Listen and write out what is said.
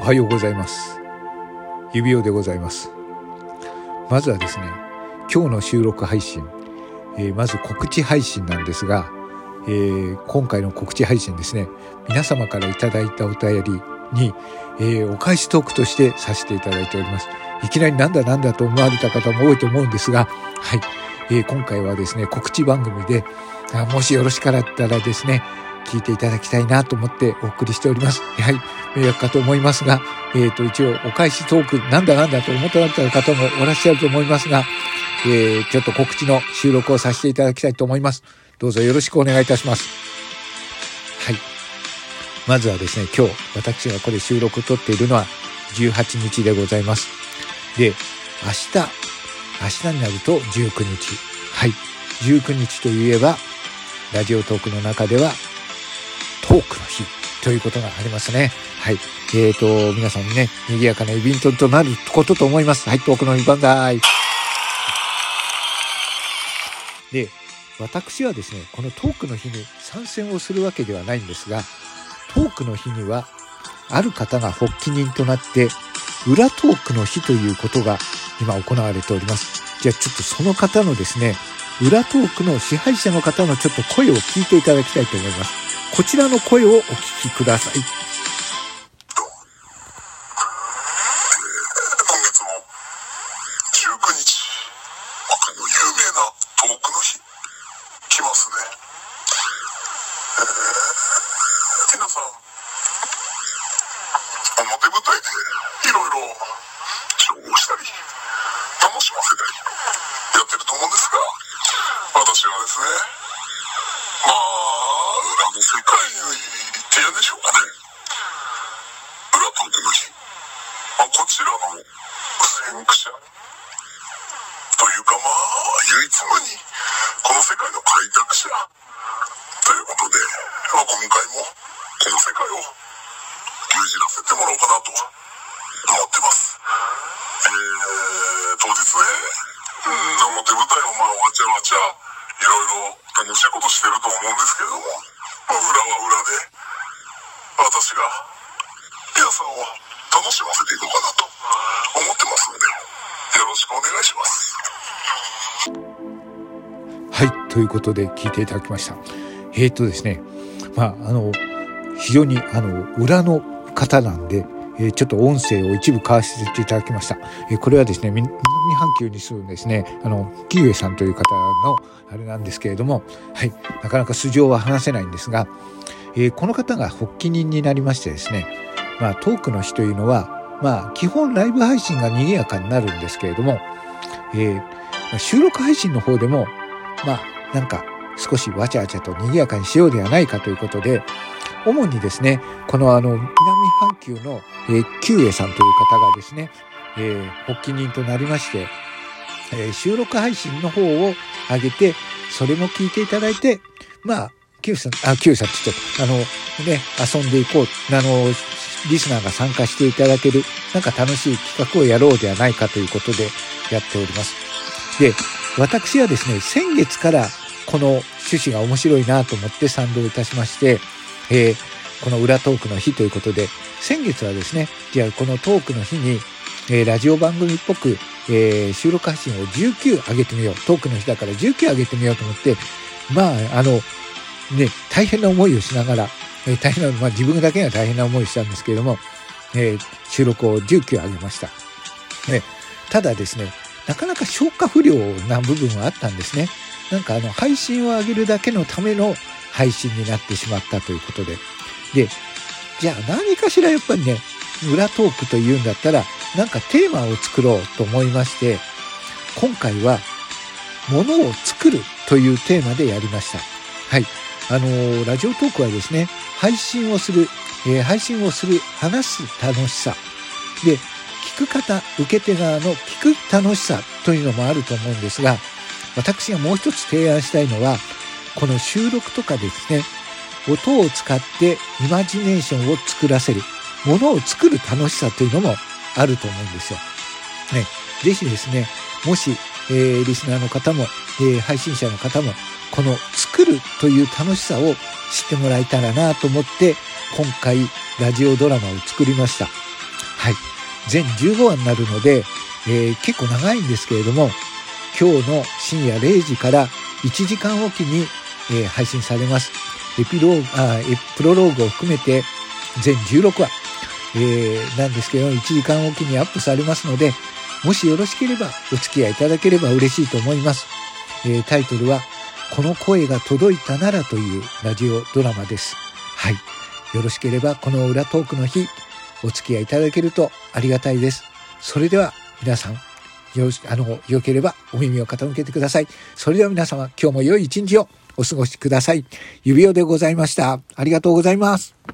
おはようございます。指輪でございます。まずはですね、今日の収録配信、まず告知配信なんですが、今回の告知配信ですね、皆様からいただいたお便りに、お返しトークとしてさせていただいております。いきなりなんだと思われた方も多いと思うんですが、はい、今回はですね、告知番組で、もしよろしかったらですね、聞いていただきたいなと思ってお送りしております。はい、迷惑かと思いますが、一応お返しトークなんだと思ってられた方もおらっしゃると思いますが、ちょっと告知の収録をさせていただきたいと思います。どうぞよろしくお願いいたします。はい。まずはですね、今日私がこれ収録を撮っているのは18日でございます。で、明日になると19日。はい。19日といえば、ラジオトークの中ではトークの日ということがありますね。はい。皆さんにね、賑やかなイベントとなることと思います。はい、トークの日万歳。で、私はですね、このトークの日に参戦をするわけではないんですが、トークの日には、ある方が発起人となって、裏トークの日ということが今行われております。じゃあちょっとその方のですね、裏トークの支配者の方のちょっと声を聞いていただきたいと思います。こちらの声をお聞きください。 今月も19日、有名なトークの日、来ますね。皆さん、表舞台でいろいろショーをしたり、楽しませたり、やってると思うんですが、私はですね、裏の世界ってやんでしょうかね。裏トークの日、こちらの先駆者というか唯一無二、この世界の開拓者ということで、今回もこの世界を牛耳らせてもらおうかなと思ってます。当日ね、表舞台をわちゃわちゃいろいろ楽しいことしてると思うんですけども、裏は裏で私が皆さんを楽しませていこうかなと思ってますので、よろしくお願いします。 はい、ということで聞いていただきました。ですね、非常に裏の方なんで、ちょっと音声を一部交わさせていただきました。これはですね、南半球に住むですね、キウエさんという方のあれなんですけれども、はい、なかなか素性は話せないんですが、この方が発起人になりましてですね、トークの日というのは、基本ライブ配信が賑やかになるんですけれども、収録配信の方でも、なんか少しわちゃわちゃと賑やかにしようではないかということで、主にですね、この南半球の、キウエさんという方がですね、発起人となりまして、収録配信の方を上げて、それも聞いていただいて、キウエさんって言っちゃった、遊んでいこう、リスナーが参加していただける、なんか楽しい企画をやろうではないかということでやっております。で、私はですね、先月からこの趣旨が面白いなと思って賛同いたしまして、この裏トークの日ということで、先月はですね、じゃあこのトークの日に、ラジオ番組っぽく、収録配信を19上げてみよう。トークの日だから19上げてみようと思って、大変な思いをしながら、自分だけが大変な思いをしたんですけれども、収録を19上げました。ただですね、なかなか消化不良な部分はあったんですね。なんか配信を上げるだけのための配信になってしまったということで。で、じゃあ何かしらやっぱりね、裏トークというんだったら、なんかテーマを作ろうと思いまして、今回は、物を作るというテーマでやりました。はい。ラジオトークはですね、配信をする、話す楽しさ。で、聞く方、受け手側の聞く楽しさというのもあると思うんですが、私がもう一つ提案したいのは、この収録とかですね、音を使ってイマジネーションを作らせる、ものを作る楽しさというのもあると思うんですよ。ね、ぜひですね、もし、リスナーの方も、配信者の方も、この作るという楽しさを知ってもらえたらなと思って、今回ラジオドラマを作りました。 はい。全15話になるので、結構長いんですけれども、今日の深夜0時から1時間おきに、配信されます。プロローグを含めて全16話、なんですけど、1時間おきにアップされますので、もしよろしければお付き合いいただければ嬉しいと思います。タイトルは、この声が届いたならというラジオドラマです。はい。よろしければこの裏トークの日、お付き合いいただけるとありがたいです。それでは皆さん、よければお耳を傾けてください。それでは皆様、今日も良い一日をお過ごしください。指輪でございました。ありがとうございます。